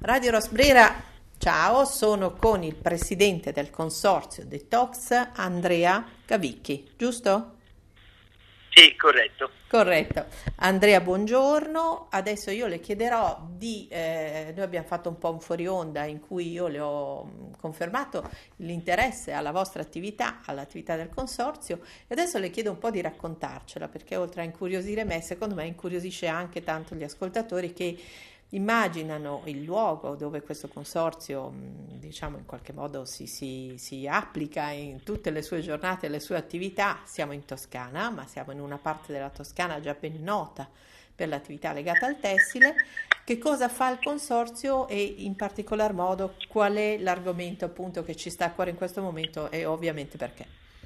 Radio Rosbrera, ciao, sono con il presidente del consorzio Detox, Andrea Cavicchi, giusto? Sì, corretto. Corretto. Andrea, buongiorno. Adesso io le chiederò noi abbiamo fatto un po' un fuori onda in cui io le ho confermato l'interesse alla vostra attività, all'attività del consorzio e adesso le chiedo un po' di raccontarcela perché oltre a incuriosire me, secondo me incuriosisce anche tanto gli ascoltatori che immaginano il luogo dove questo consorzio, diciamo, in qualche modo si applica in tutte le sue giornate e le sue attività. Siamo in Toscana, ma siamo in una parte della Toscana già ben nota per l'attività legata al tessile. Che cosa fa il consorzio e in particolar modo qual è l'argomento appunto che ci sta a cuore in questo momento e ovviamente perché?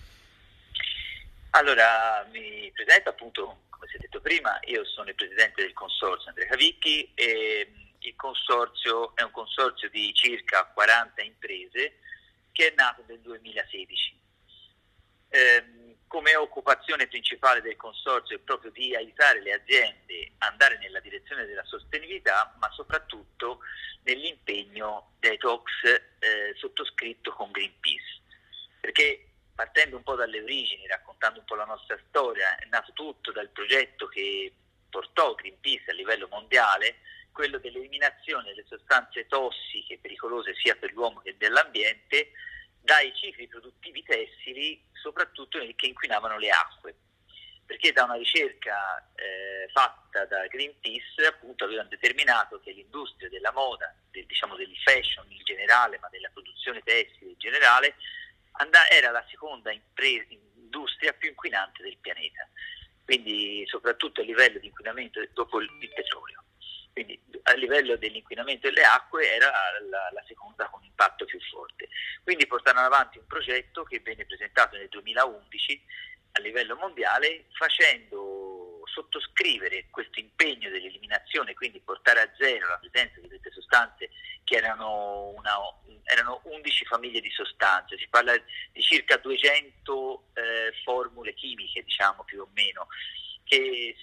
Allora, mi presento appunto, come si è detto prima, io sono il presidente del consorzio Andrea Cavicchi e il consorzio è un consorzio di circa 40 imprese che è nato nel 2016. Come occupazione principale del consorzio è proprio di aiutare le aziende a andare nella direzione della sostenibilità, ma soprattutto nell'impegno detox sottoscritto con Greenpeace. Perché partendo un po' dalle origini, raccontando un po' la nostra storia, è nato tutto dal progetto che portò Greenpeace a livello mondiale, quello dell'eliminazione delle sostanze tossiche pericolose sia per l'uomo che per l'ambiente dai cicli produttivi tessili, soprattutto che inquinavano le acque. Perché da una ricerca fatta da Greenpeace appunto avevano determinato che l'industria della moda, del fashion in generale, ma della produzione tessile in generale, era la seconda industria più inquinante del pianeta, quindi soprattutto a livello di inquinamento dopo il petrolio. Quindi a livello dell'inquinamento delle acque era la seconda con impatto più forte. Quindi portarono avanti un progetto che venne presentato nel 2011 a livello mondiale facendo sottoscrivere questo impegno dell'eliminazione, quindi portare a zero la presenza di queste sostanze che erano 11 famiglie di sostanze, si parla di circa 200 formule chimiche, diciamo più o meno, che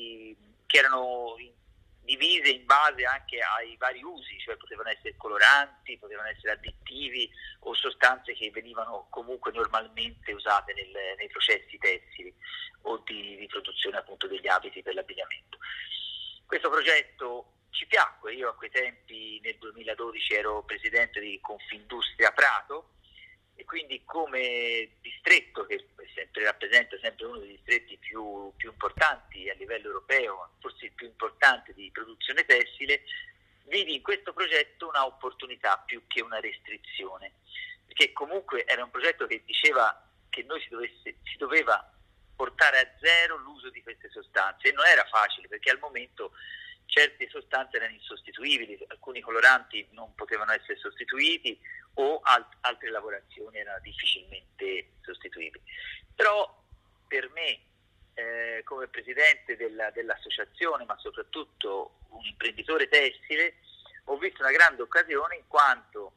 erano divise in base anche ai vari usi, cioè potevano essere coloranti, potevano essere additivi o sostanze che venivano comunque normalmente usate nei processi tessili o di produzione appunto degli abiti per l'abbigliamento. Questo progetto ci piacque, io a quei tempi nel 2012 ero presidente di Confindustria Prato e quindi come distretto che rappresenta sempre uno dei distretti più importanti a livello europeo, forse il più importante di produzione tessile, vidi in questo progetto una opportunità più che una restrizione, perché comunque era un progetto che diceva che noi si doveva portare a zero l'uso di queste sostanze e non era facile perché al momento certe sostanze erano insostituibili, alcuni coloranti non potevano essere sostituiti o altre lavorazioni erano difficilmente sostituibili. Però per me, come presidente dell'associazione, ma soprattutto un imprenditore tessile, ho visto una grande occasione in quanto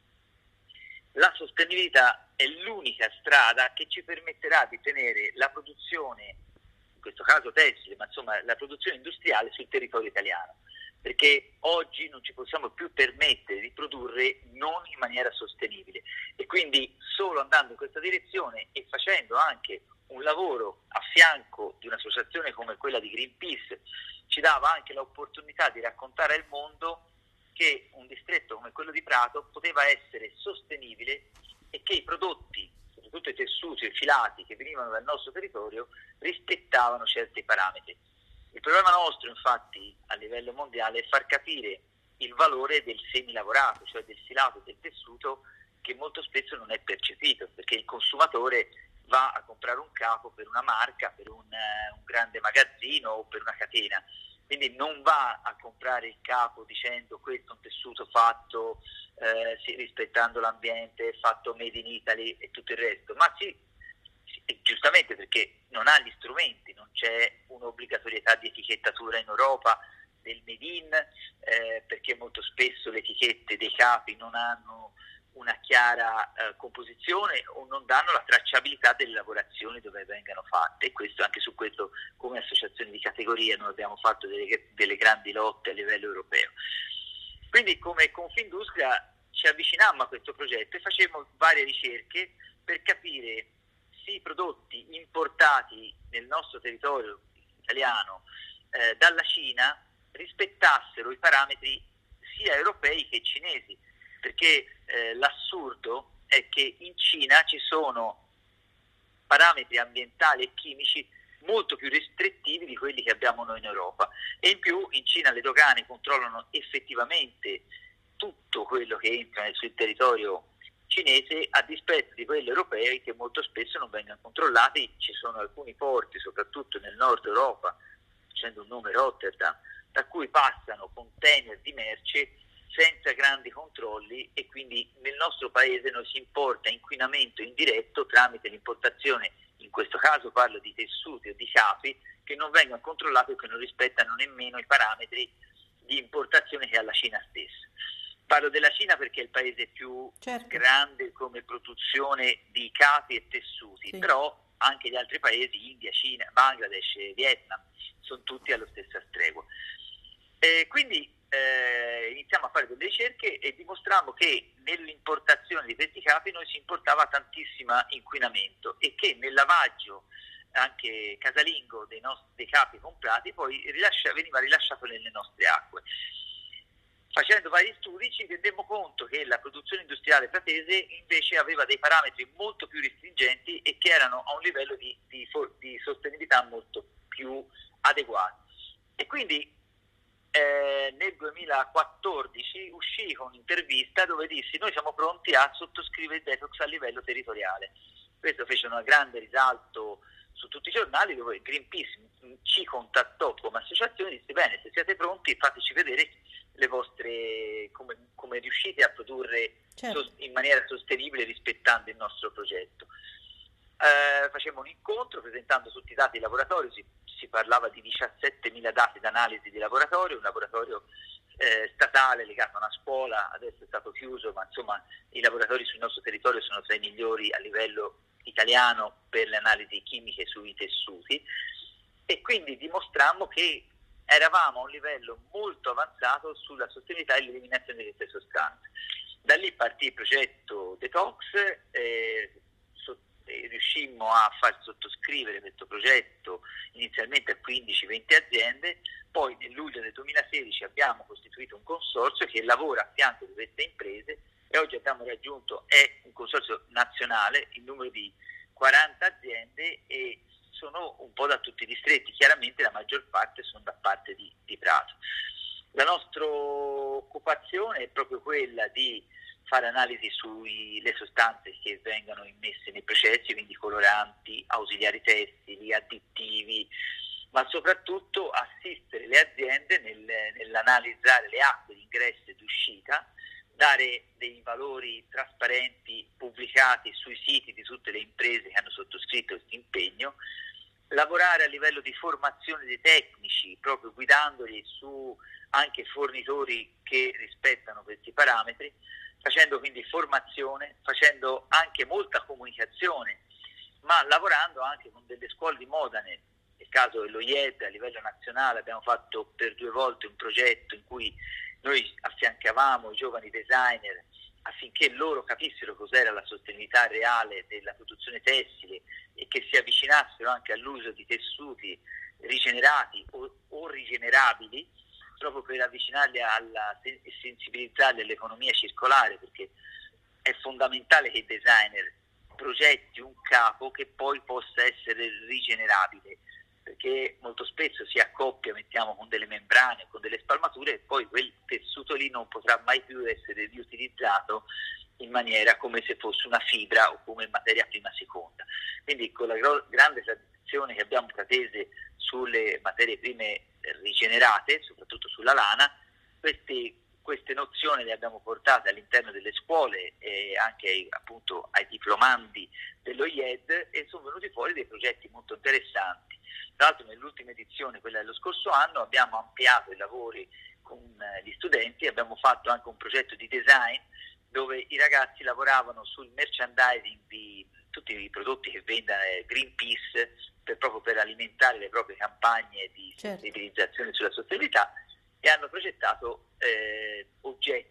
la sostenibilità è l'unica strada che ci permetterà di tenere la produzione, in questo caso tessile, ma insomma la produzione industriale sul territorio italiano, perché oggi non ci possiamo più permettere di produrre non in maniera sostenibile e quindi solo andando in questa direzione e facendo anche un lavoro a fianco di un'associazione come quella di Greenpeace ci dava anche l'opportunità di raccontare al mondo che un distretto come quello di Prato poteva essere sostenibile e che i prodotti, soprattutto i tessuti e i filati che venivano dal nostro territorio, rispettavano certi parametri. Il problema nostro, infatti, a livello mondiale è far capire il valore del semilavorato, cioè del filato e del tessuto, che molto spesso non è percepito, perché il consumatore va a comprare un capo per una marca, per un grande magazzino o per una catena. Quindi non va a comprare il capo dicendo questo è un tessuto fatto rispettando l'ambiente, fatto made in Italy e tutto il resto, ma giustamente perché non ha gli strumenti, non c'è un'obbligatorietà di etichettatura in Europa del made in, perché molto spesso le etichette dei capi non hanno una chiara composizione o non danno la tracciabilità delle lavorazioni dove vengano fatte, e questo anche su questo come associazione di categoria noi abbiamo fatto delle grandi lotte a livello europeo. quindi come Confindustria ci avvicinammo a questo progetto e facemmo varie ricerche per capire se i prodotti importati nel nostro territorio italiano dalla Cina rispettassero i parametri sia europei che cinesi, perché l'assurdo è che in Cina ci sono parametri ambientali e chimici molto più restrittivi di quelli che abbiamo noi in Europa, e in più in Cina le dogane controllano effettivamente tutto quello che entra sul territorio cinese, a dispetto di quelli europei che molto spesso non vengono controllati. Ci sono alcuni porti, soprattutto nel nord Europa, facendo un nome Rotterdam, da cui passano container di merce senza grandi controlli, e quindi nel nostro paese noi si importa inquinamento indiretto tramite l'importazione, in questo caso parlo di tessuti o di capi, che non vengono controllati o che non rispettano nemmeno i parametri di importazione che ha la Cina stessa. Parlo della Cina perché è il paese più grande come produzione di capi e tessuti, sì. Però anche gli altri paesi, India, Cina, Bangladesh e Vietnam, sono tutti allo stessa stregua. Quindi iniziamo a fare delle ricerche e dimostrammo che nell'importazione di questi capi noi si importava tantissimo inquinamento, e che nel lavaggio anche casalingo dei capi comprati poi veniva rilasciato nelle nostre acque. Facendo vari studi ci rendemmo conto che la produzione industriale pratese invece aveva dei parametri molto più restringenti e che erano a un livello di sostenibilità molto più adeguato. E quindi nel 2014 uscì con un'intervista dove dissi: noi siamo pronti a sottoscrivere il detox a livello territoriale. Questo fece un grande risalto su tutti i giornali, dove Greenpeace ci contattò come associazione e disse: bene, se siete pronti fateci vedere le vostre come riuscite a produrre in maniera sostenibile rispettando il nostro progetto. Facemmo un incontro presentando tutti i dati di laboratorio, si parlava di 17.000 dati d'analisi di laboratorio, un laboratorio statale legato a una scuola, adesso è stato chiuso, ma insomma i laboratori sul nostro territorio sono tra i migliori a livello italiano per le analisi chimiche sui tessuti, e quindi dimostrammo che eravamo a un livello molto avanzato sulla sostenibilità e l'eliminazione di queste sostanze. Da lì partì il progetto Detox, riuscimmo a far sottoscrivere questo progetto inizialmente a 15-20 aziende, poi nel luglio del 2016 abbiamo costituito un consorzio che lavora a fianco di queste imprese, e oggi abbiamo raggiunto, è un consorzio nazionale, il numero di 40 aziende, e sono un po' da tutti i distretti, chiaramente la maggior parte sono da parte di Prato. La nostra occupazione è proprio quella di fare analisi sulle sostanze che vengono immesse nei processi, quindi coloranti, ausiliari tessili, additivi, ma soprattutto assistere le aziende nell'analizzare le acque di ingresso e d'uscita, dare dei valori trasparenti pubblicati sui siti di tutte le imprese che hanno sottoscritto questo impegno, lavorare a livello di formazione dei tecnici, proprio guidandoli su anche fornitori che rispettano questi parametri, facendo quindi formazione, facendo anche molta comunicazione, ma lavorando anche con delle scuole di moda. Nel caso dell'OIED a livello nazionale abbiamo fatto per 2 volte un progetto in cui noi affiancavamo i giovani designer affinché loro capissero cos'era la sostenibilità reale della produzione tessile e che si avvicinassero anche all'uso di tessuti rigenerati o rigenerabili, proprio per avvicinarli e sensibilizzarli all'economia circolare, perché è fondamentale che il designer progetti un capo che poi possa essere rigenerabile, perché molto spesso si accoppia, mettiamo, con delle membrane, con delle spalmature, e poi quel tessuto lì non potrà mai più essere riutilizzato in maniera come se fosse una fibra o come materia prima seconda. Quindi con la grande tradizione che abbiamo pratese sulle materie prime rigenerate, soprattutto sulla lana, queste nozioni le abbiamo portate all'interno delle scuole e anche appunto ai diplomandi dell'OIED, e sono venuti fuori dei progetti molto interessanti. Tra l'altro nell'ultima edizione, quella dello scorso anno, abbiamo ampliato i lavori con gli studenti, abbiamo fatto anche un progetto di design dove i ragazzi lavoravano sul merchandising di tutti i prodotti che vende Greenpeace proprio per alimentare le proprie campagne di sensibilizzazione sulla sostenibilità, e hanno progettato oggetti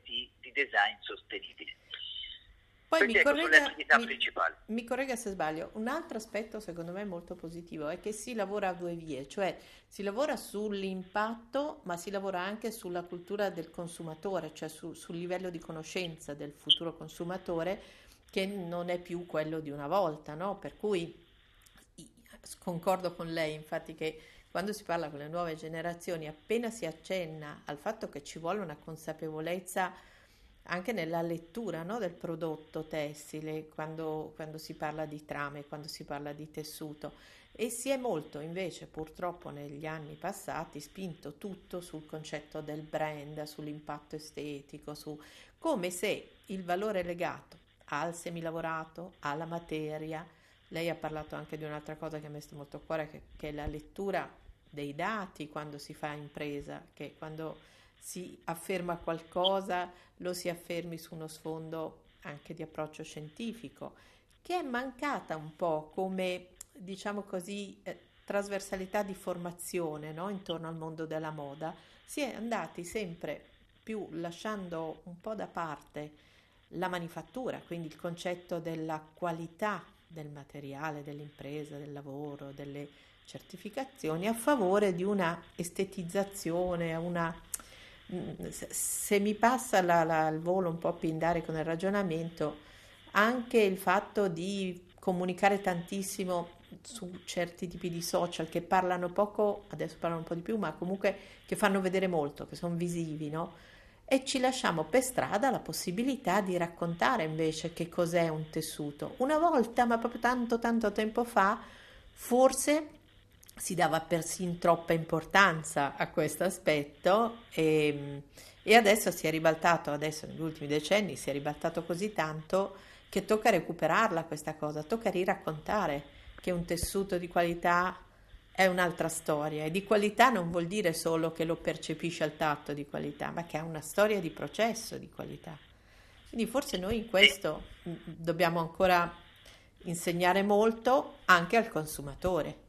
Poi Queste ecco, sono le attività principali. mi corregga se sbaglio, un altro aspetto secondo me molto positivo è che si lavora a due vie, cioè si lavora sull'impatto, ma si lavora anche sulla cultura del consumatore, cioè sul livello di conoscenza del futuro consumatore che non è più quello di una volta, no? Per cui concordo con lei, infatti, che quando si parla con le nuove generazioni, appena si accenna al fatto che ci vuole una consapevolezza anche nella lettura, no, del prodotto tessile, quando si parla di trame, quando si parla di tessuto. E si è molto invece purtroppo negli anni passati spinto tutto sul concetto del brand, sull'impatto estetico, come se il valore legato al semilavorato, alla materia. Lei ha parlato anche di un'altra cosa che a me sta molto a cuore, che è la lettura dei dati quando si fa impresa, che quando si afferma qualcosa lo si affermi su uno sfondo anche di approccio scientifico, che è mancata un po' come, diciamo così, trasversalità di formazione, no? Intorno al mondo della moda. Si è andati sempre più lasciando un po' da parte la manifattura, quindi il concetto della qualità del materiale, dell'impresa, del lavoro, delle certificazioni a favore di una estetizzazione, se mi passa il volo un po' a pindare con il ragionamento, anche il fatto di comunicare tantissimo su certi tipi di social che parlano poco, adesso parlano un po' di più, ma comunque che fanno vedere molto, che sono visivi, no? E ci lasciamo per strada la possibilità di raccontare invece che cos'è un tessuto. Una volta, ma proprio tanto tanto tempo fa, forse si dava persino troppa importanza a questo aspetto e adesso si è ribaltato, adesso negli ultimi decenni si è ribaltato così tanto che tocca recuperarla questa cosa, tocca riraccontare che un tessuto di qualità è un'altra storia e di qualità non vuol dire solo che lo percepisci al tatto di qualità, ma che ha una storia di processo di qualità. Quindi forse noi in Sì. questo dobbiamo ancora insegnare molto anche al consumatore.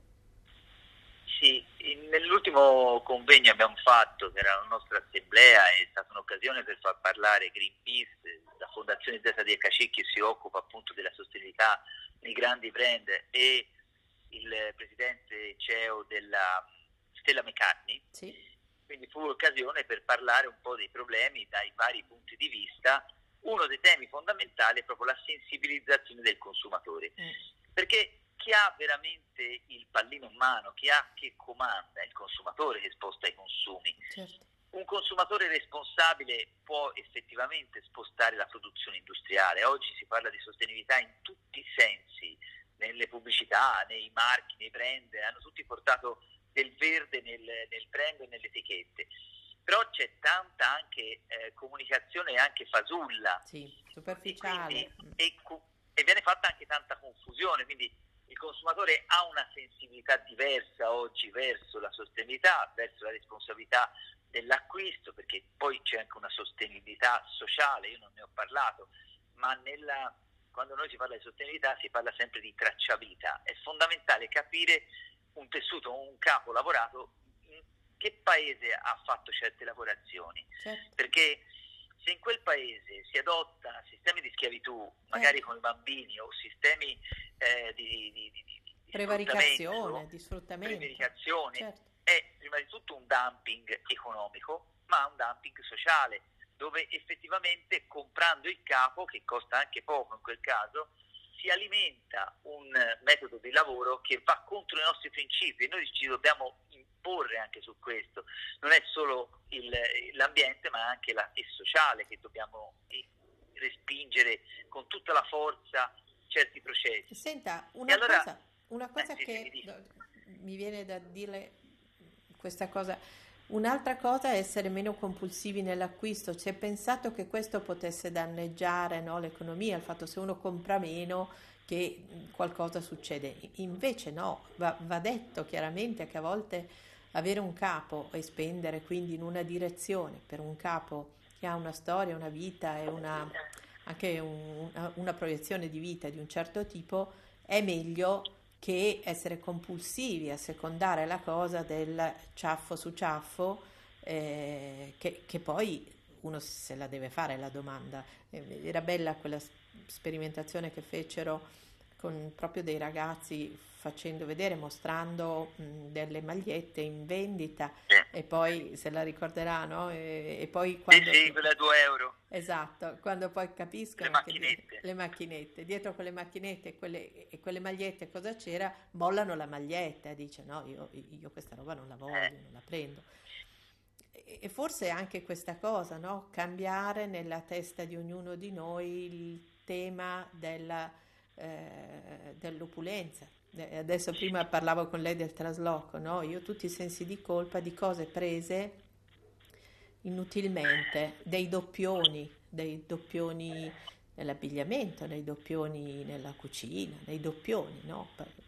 Sì, nell'ultimo convegno abbiamo fatto, che era la nostra assemblea, è stata un'occasione per far parlare Greenpeace, la Fondazione ZDHC che si occupa appunto della sostenibilità nei grandi brand e il presidente CEO della Stella McCartney, Sì. quindi fu l'occasione per parlare un po' dei problemi dai vari punti di vista. Uno dei temi fondamentali è proprio la sensibilizzazione del consumatore, perché chi ha veramente il pallino in mano, che comanda è il consumatore che sposta i consumi. Certo. Un consumatore responsabile può effettivamente spostare la produzione industriale. Oggi si parla di sostenibilità in tutti i sensi, nelle pubblicità, nei marchi, nei brand, hanno tutti portato del verde nel brand e nelle etichette. Però c'è tanta anche comunicazione anche fasulla, sì, superficiale. e viene fatta anche tanta confusione, quindi il consumatore ha una sensibilità diversa oggi verso la sostenibilità, verso la responsabilità dell'acquisto, perché poi c'è anche una sostenibilità sociale, io non ne ho parlato, ma quando noi si parla di sostenibilità si parla sempre di tracciabilità. È fondamentale capire un tessuto, un capo lavorato, in che paese ha fatto certe lavorazioni, Certo. perché se in quel paese si adotta sistemi di schiavitù, magari con i bambini, o sistemi di prevaricazione, di sfruttamento. prevaricazione, Certo. è prima di tutto un dumping economico, ma un dumping sociale, dove effettivamente comprando il capo, che costa anche poco in quel caso, si alimenta un metodo di lavoro che va contro i nostri principi e noi ci dobbiamo imporre anche su questo. Non è solo l'ambiente, ma anche il sociale, che dobbiamo respingere con tutta la forza certi processi. Senta, allora, una cosa che mi viene da dire questa cosa. Un'altra cosa è essere meno compulsivi nell'acquisto. Si è pensato che questo potesse danneggiare, no, l'economia, il fatto se uno compra meno che qualcosa succede. Invece no, va detto chiaramente che a volte avere un capo e spendere quindi in una direzione per un capo che ha una storia, una vita e anche una proiezione di vita di un certo tipo è meglio che essere compulsivi a secondare la cosa del ciaffo su ciaffo, che poi uno se la deve fare la domanda. Era bella quella sperimentazione che fecero con proprio dei ragazzi facendo vedere, mostrando delle magliette in vendita e poi se la ricorderà, no? E poi quando... Sì, quella a 2 euro. Esatto, quando poi capiscono le macchinette, dietro quelle macchinette e quelle magliette cosa c'era, mollano la maglietta e dice no, io questa roba non la voglio, non la prendo. E forse anche questa cosa, no? Cambiare nella testa di ognuno di noi il tema dell'opulenza. Adesso prima parlavo con lei del trasloco, no? Io ho tutti i sensi di colpa di cose prese inutilmente, dei doppioni nell'abbigliamento, dei doppioni nella cucina, dei doppioni, no?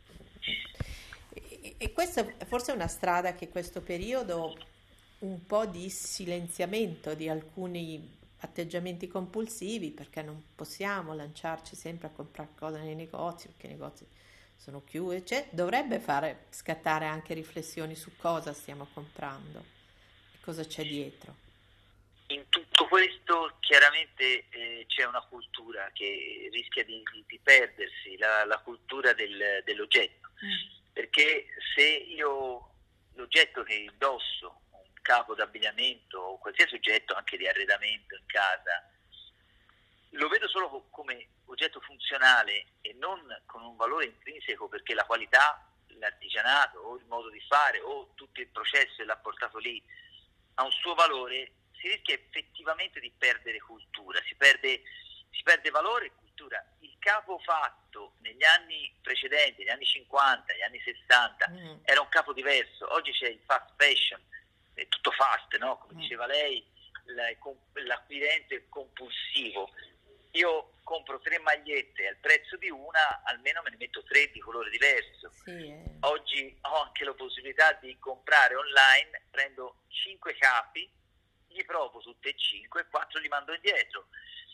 E questa forse è una strada che questo periodo, un po' di silenziamento di alcuni atteggiamenti compulsivi, perché non possiamo lanciarci sempre a comprare cose nei negozi, perché i negozi sono chiusi, cioè, dovrebbe fare scattare anche riflessioni su cosa stiamo comprando e cosa c'è dietro. In tutto questo chiaramente c'è una cultura che rischia di perdersi, la cultura dell'oggetto, perché se io l'oggetto che indosso, un capo d'abbigliamento o qualsiasi oggetto anche di arredamento in casa, lo vedo solo come oggetto funzionale e non con un valore intrinseco, perché la qualità, l'artigianato o il modo di fare o tutto il processo che l'ha portato lì ha un suo valore, si rischia effettivamente di perdere cultura, si perde valore e cultura. Il capo fatto negli anni precedenti, negli anni 50, negli anni 60, era un capo diverso. Oggi c'è il fast fashion, è tutto fast, no? Come diceva lei, l'acquirente compulsivo. Io compro 3 magliette al prezzo di una, almeno me ne metto 3 di colore diverso. Oggi ho anche la possibilità di comprare online, prendo 5 capi, gli provo tutte e 5 e 4 li mando indietro.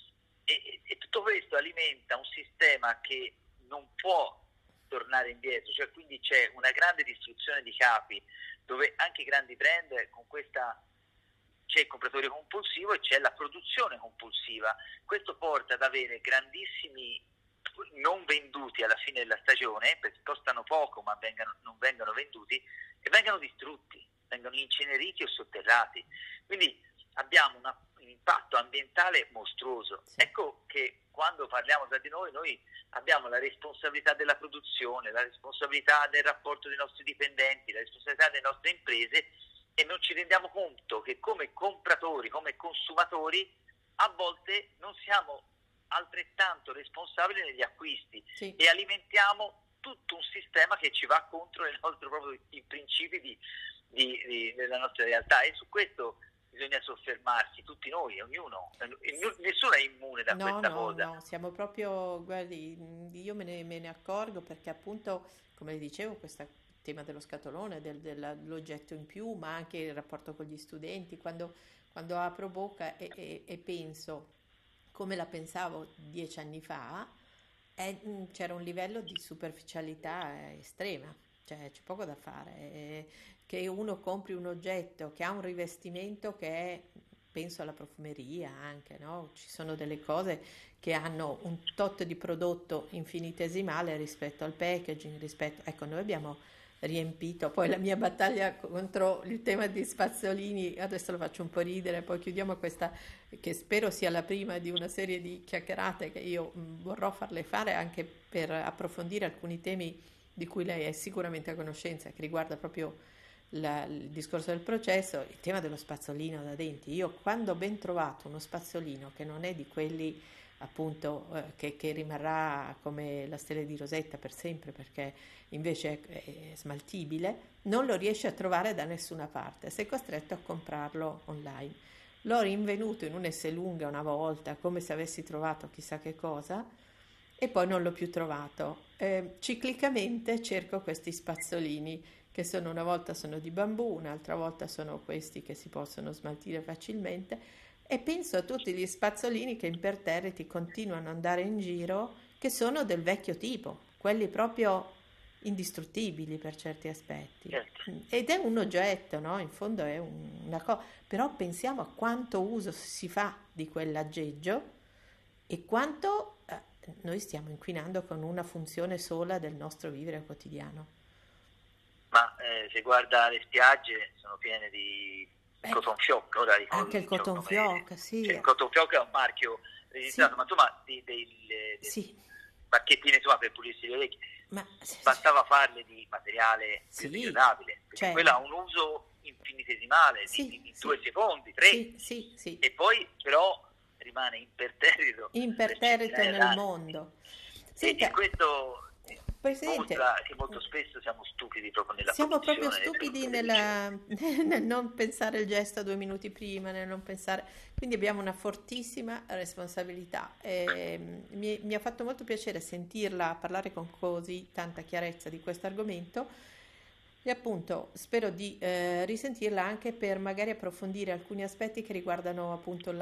E tutto questo alimenta un sistema che non può tornare indietro, cioè quindi c'è una grande distruzione di capi, dove anche i grandi brand con questa... c'è il compratore compulsivo e c'è la produzione compulsiva. Questo porta ad avere grandissimi non venduti alla fine della stagione, perché costano poco ma non vengono venduti e vengono distrutti, vengono inceneriti o sotterrati. Quindi abbiamo un impatto ambientale mostruoso. Sì. Ecco che quando parliamo tra di noi abbiamo la responsabilità della produzione, la responsabilità del rapporto dei nostri dipendenti, la responsabilità delle nostre imprese, e non ci rendiamo conto che come compratori, come consumatori, a volte non siamo altrettanto responsabili negli acquisti. Sì. E alimentiamo tutto un sistema che ci va contro i principi della nostra realtà, e su questo bisogna soffermarsi tutti noi, ognuno, nessuno è immune da questa cosa. No, siamo proprio, guardi, io me ne accorgo, perché appunto, come le dicevo, questo tema dello scatolone, dell'oggetto in più, ma anche il rapporto con gli studenti, quando apro bocca e penso come la pensavo 10 anni fa, c'era un livello di superficialità estrema, cioè c'è poco da fare, che uno compri un oggetto che ha un rivestimento che è, penso alla profumeria anche, no? Ci sono delle cose che hanno un tot di prodotto infinitesimale rispetto al packaging, ecco, noi abbiamo riempito, poi la mia battaglia contro il tema di spazzolini, adesso lo faccio un po' ridere, poi chiudiamo questa, che spero sia la prima di una serie di chiacchierate che io vorrò farle fare anche per approfondire alcuni temi di cui lei è sicuramente a conoscenza, che riguarda proprio il discorso del processo, il tema dello spazzolino da denti. Io quando ho ben trovato uno spazzolino che non è di quelli appunto che rimarrà come la stella di Rosetta per sempre, perché invece è smaltibile, non lo riesce a trovare da nessuna parte, sei costretto a comprarlo online. L'ho rinvenuto in un S lunga una volta, come se avessi trovato chissà che cosa, e poi non l'ho più trovato. Ciclicamente cerco questi spazzolini che una volta sono di bambù, un'altra volta sono questi che si possono smaltire facilmente, e penso a tutti gli spazzolini che imperterriti continuano ad andare in giro, che sono del vecchio tipo, quelli proprio indistruttibili per certi aspetti. Certo. Ed è un oggetto, no? In fondo è una cosa, però pensiamo a quanto uso si fa di quell'aggeggio e quanto noi stiamo inquinando con una funzione sola del nostro vivere quotidiano. Ma se guarda le spiagge sono piene di cotton fioc, ora Anche il cotton fioc, sì. Cioè, il cotton fioc è un marchio registrato, Sì. ma insomma Sì. bacchettine insomma, per pulirsi le orecchie, Ma bastava farle di materiale sì, biodegradabile, perché cioè, quello ha un uso infinitesimale sì, di sì, 2 secondi, 3, sì, sì, sì, e poi però rimane imperterrito per imperterrito centinaia nel d'anni. mondo. E Senta, questo Presidente, mostra che molto spesso siamo stupidi proprio nella siamo proprio produzione e stupidi produzione. nel non pensare il gesto 2 minuti prima, nel non pensare, quindi abbiamo una fortissima responsabilità. Mi ha fatto molto piacere sentirla parlare con così tanta chiarezza di questo argomento e appunto spero di risentirla anche per magari approfondire alcuni aspetti che riguardano appunto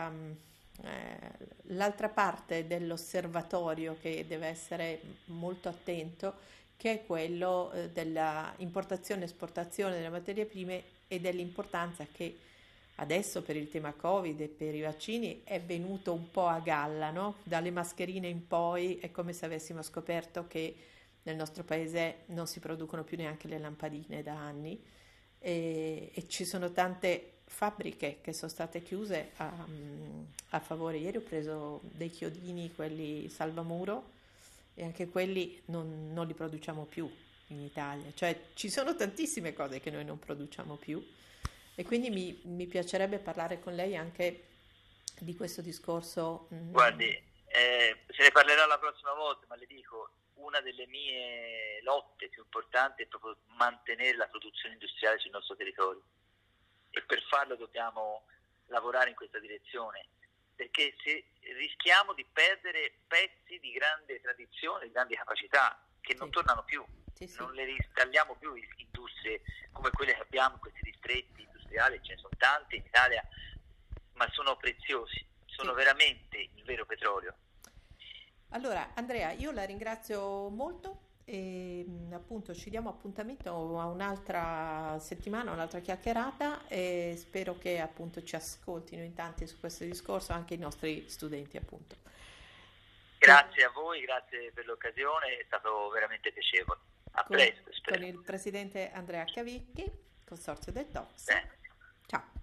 l'altra parte dell'osservatorio che deve essere molto attento, che è quello della importazione e esportazione delle materie prime e dell'importanza che adesso per il tema Covid e per i vaccini è venuto un po' a galla, no? Dalle mascherine in poi è come se avessimo scoperto che nel nostro paese non si producono più neanche le lampadine da anni e ci sono tante fabbriche che sono state chiuse a favore. Ieri ho preso dei chiodini, quelli salvamuro, e anche quelli non li produciamo più in Italia. Cioè ci sono tantissime cose che noi non produciamo più e quindi mi piacerebbe parlare con lei anche di questo discorso. Guardi, se ne parlerà la prossima volta, ma le dico, una delle mie lotte più importanti è proprio mantenere la produzione industriale sul nostro territorio e per farlo dobbiamo lavorare in questa direzione, perché se rischiamo di perdere pezzi di grande tradizione, di grandi capacità che non tornano più, non le reinstalliamo più industrie come quelle che abbiamo in questi distretti industriali, ce ne sono tante in Italia, ma sono preziosi, sono veramente il vero petrolio. Allora Andrea, io la ringrazio molto e appunto ci diamo appuntamento a un'altra settimana, un'altra chiacchierata e spero che appunto ci ascoltino in tanti su questo discorso, anche i nostri studenti appunto. Grazie a voi, grazie per l'occasione, è stato veramente piacevole. A presto, spero. Con il presidente Andrea Cavicchi, Consorzio Detox. Bene. Ciao.